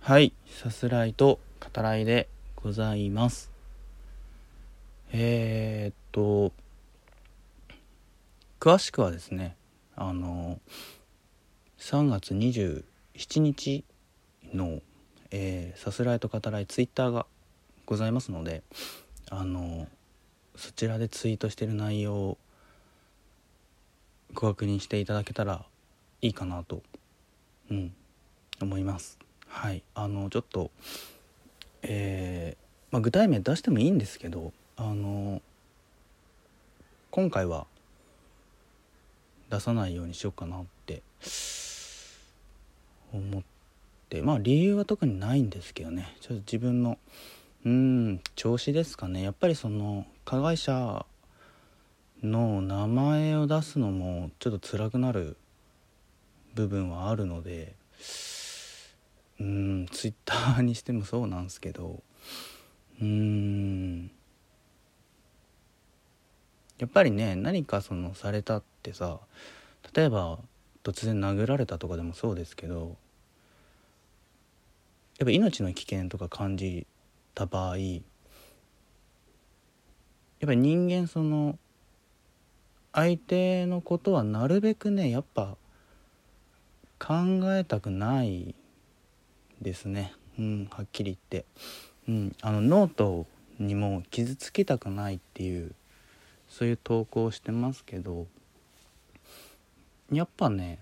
はい、さすらいと語らいでございます。詳しくはですね、3月27日の、さすらいと語らいツイッターがございますので、そちらでツイートしている内容をご確認していただけたらいいかなと、思います。はい、ちょっと、具体名出してもいいんですけど、今回は出さないようにしようかなって思って、理由は特にないんですけどね、ちょっと自分の調子ですかね。やっぱりその加害者の名前を出すのもちょっと辛くなる部分はあるので、ツイッターにしてもそうなんですけど、やっぱりね、何かそのされたってさ、例えば突然殴られたとかでもそうですけど、やっぱ命の危険とか感じた場合、やっぱり人間その相手のことはなるべくね、やっぱ考えたくないですね。はっきり言って、ノートにも傷つけたくないっていう、そういう投稿をしてますけど、やっぱね、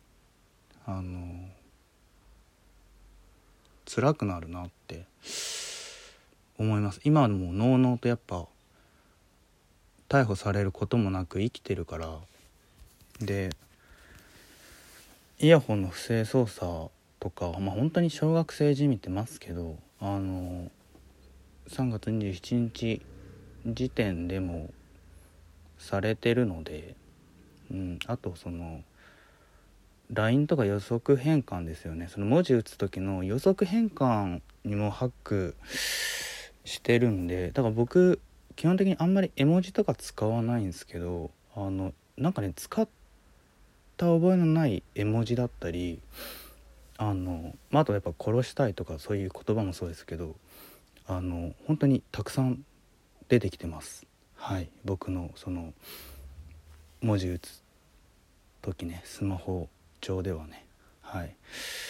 辛くなるなって思います。今はもうのうのうとやっぱ逮捕されることもなく生きてるから。で、イヤホンの不正操作とか、本当に小学生じみてますけど、3月27日時点でもされてるので、あとその LINE とか予測変換ですよね。その文字打つ時の予測変換にもハックしてるんで、だから僕基本的にあんまり絵文字とか使わないんですけど、なんかね、使った覚えのない絵文字だったり、あとやっぱ殺したいとかそういう言葉もそうですけど、本当にたくさん出てきてます。はい、僕のその文字打つ時ね、スマホ上ではね。はい、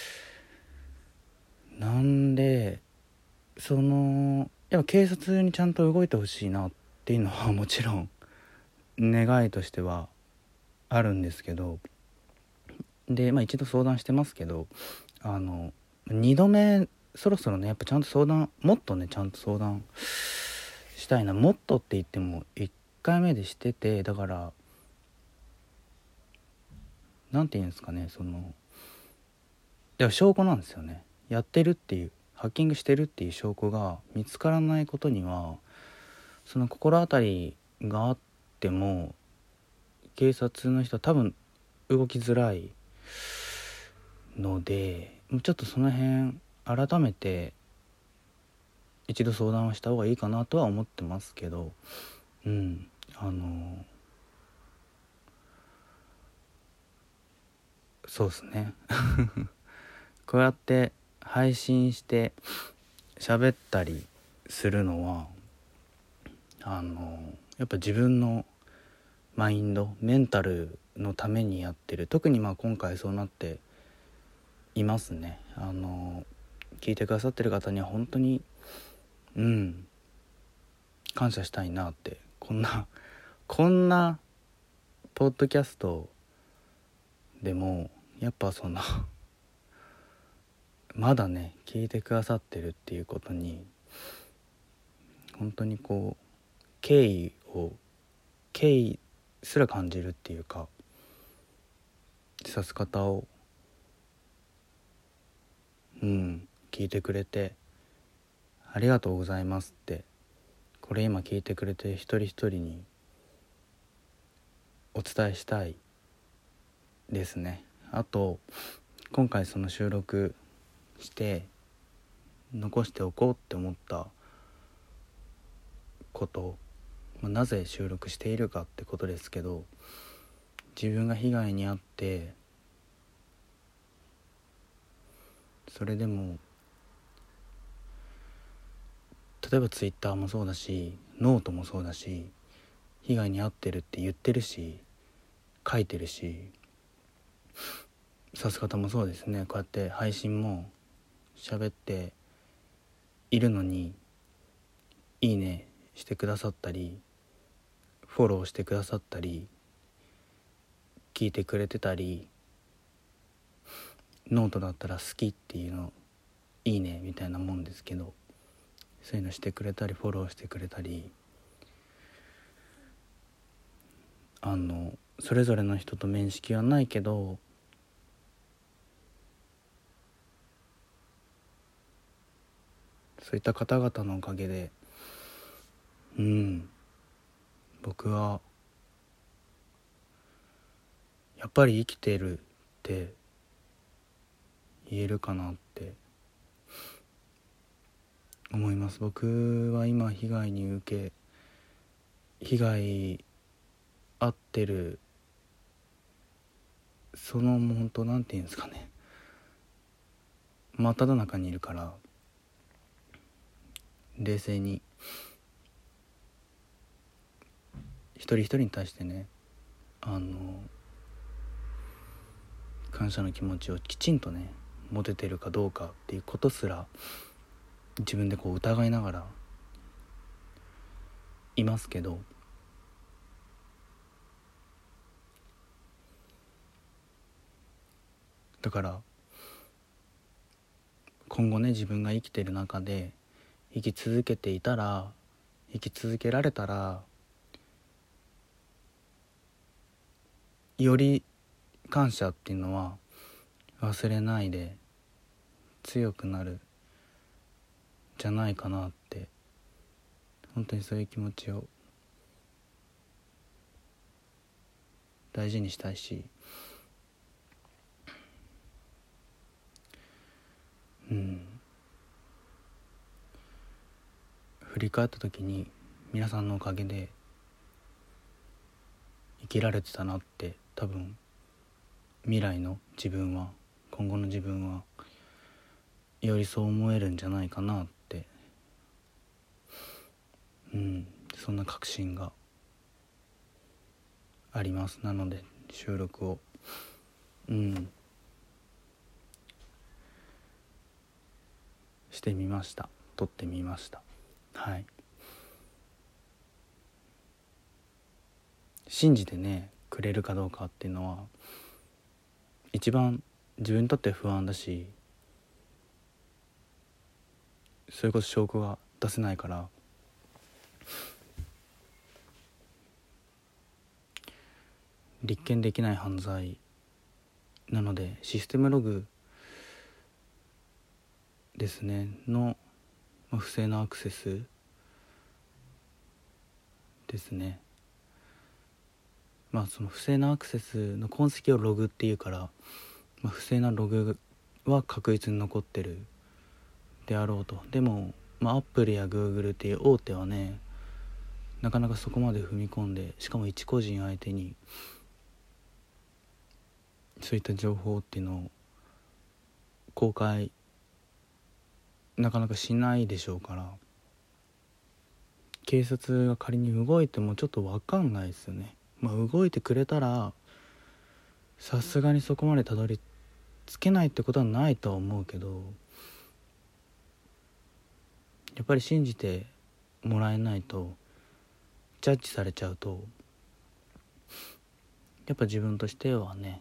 なんでそのやっぱ警察にちゃんと動いてほしいなっていうのはもちろん願いとしてはあるんですけど、で一度相談してますけど、2度目そろそろね、やっぱちゃんともっとねちゃんと相談したいな。もっとって言っても1回目でしてて、だからなんて言うんですかね、そのでは証拠なんですよね。やってるっていう、ハッキングしてるっていう証拠が見つからないことには、その心当たりがあっても警察の人は多分動きづらいので、ちょっとその辺改めて一度相談をした方がいいかなとは思ってますけど、そうですねこうやって配信して喋ったりするのは、やっぱ自分のマインドメンタルのためにやってる。特に今回そうなっていますね。聞いてくださってる方には本当に感謝したいなって。こんなポッドキャストでもやっぱそのまだね聞いてくださってるっていうことに本当にこう敬意すら感じるっていうか、さす方を聞いてくれてありがとうございますって、これ今聞いてくれて一人一人にお伝えしたいですね。あと今回その収録して残しておこうって思ったこと、なぜ収録しているかってことですけど、自分が被害に遭ってそれでも例えばツイッターもそうだしノートもそうだし、被害に遭ってるって言ってるし書いてるし、さす方もそうですね。こうやって配信も喋っているのにいいねしてくださったりフォローしてくださったり聞いてくれてたり、ノートだったら好きっていうのいいねみたいなもんですけど、そういうのしてくれたりフォローしてくれたり、それぞれの人と面識はないけどそういった方々のおかげで僕はやっぱり生きてるって言えるかなって思います。僕は今被害遭ってる、そのもう本当なんていうんですかね、真っ只中にいるから冷静に一人一人に対してね感謝の気持ちをきちんとね持ててるかどうかっていうことすら自分でこう疑いながらいますけど、だから今後ね自分が生きてる中で生き続けられたらより感謝っていうのは忘れないで強くなるんじゃないかなって、本当にそういう気持ちを大事にしたいし、振り返った時に皆さんのおかげで生きられてたなって、多分未来の自分は今後の自分はよりそう思えるんじゃないかなって、そんな確信があります。なので収録をしてみました。撮ってみました。はい。信じてねくれるかどうかっていうのは一番自分にとって不安だし、それこそ証拠が出せないから立件できない犯罪なので、システムログですねの不正なアクセスですね。その不正なアクセスの痕跡をログっていうから、不正なログは確実に残ってるであろうと。でもアップルやグーグルっていう大手はねなかなかそこまで踏み込んで、しかも一個人相手にそういった情報っていうのを公開なかなかしないでしょうから、警察が仮に動いてもちょっと分かんないですよね。動いてくれたらさすがにそこまでたどり着けないってことはないとは思うけど、やっぱり信じてもらえないとジャッジされちゃうと、やっぱ自分としてはね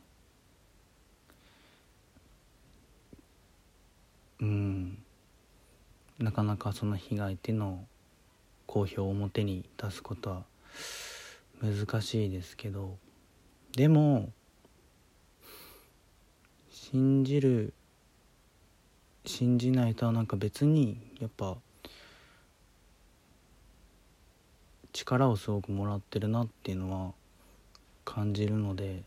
なかなかその被害っていうのを公表表に出すことは難しいですけど、でも信じないとは別にやっぱ力をすごくもらってるなっていうのは感じるので、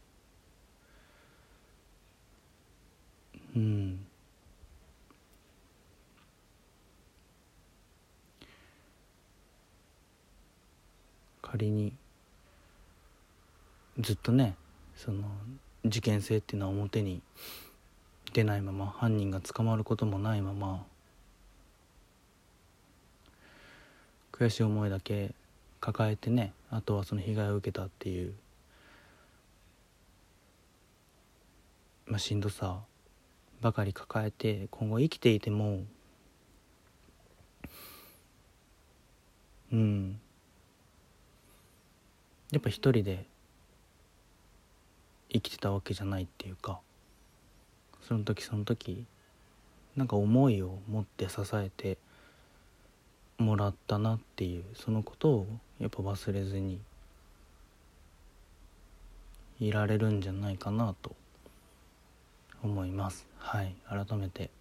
仮にずっとねその事件性っていうのは表に出ないまま、犯人が捕まることもないまま悔しい思いだけ抱えてね、あとはその被害を受けたっていう、しんどさばかり抱えて、今後生きていてもやっぱ一人で生きてたわけじゃないっていうか、その時その時なんか思いを持って支えてもらったなっていう、そのことをやっぱ忘れずにいられるんじゃないかなと思います。はい、改めて、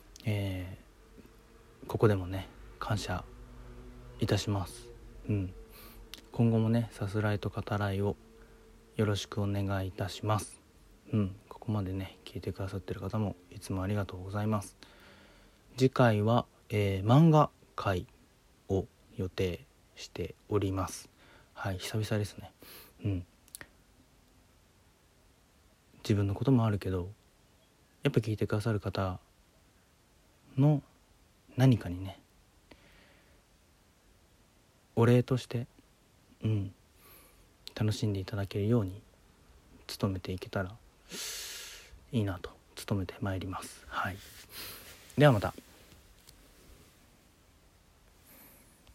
ここでもね感謝いたします。今後もねさすらいと語らいをよろしくお願いいたします。ここまでね聞いてくださってる方もいつもありがとうございます。次回は、漫画会を予定しております。はい、久々ですね。自分のこともあるけど、やっぱ聞いてくださる方の何かにねお礼として楽しんでいただけるように努めていけたらいいなと努めてまいります。はい、ではまた。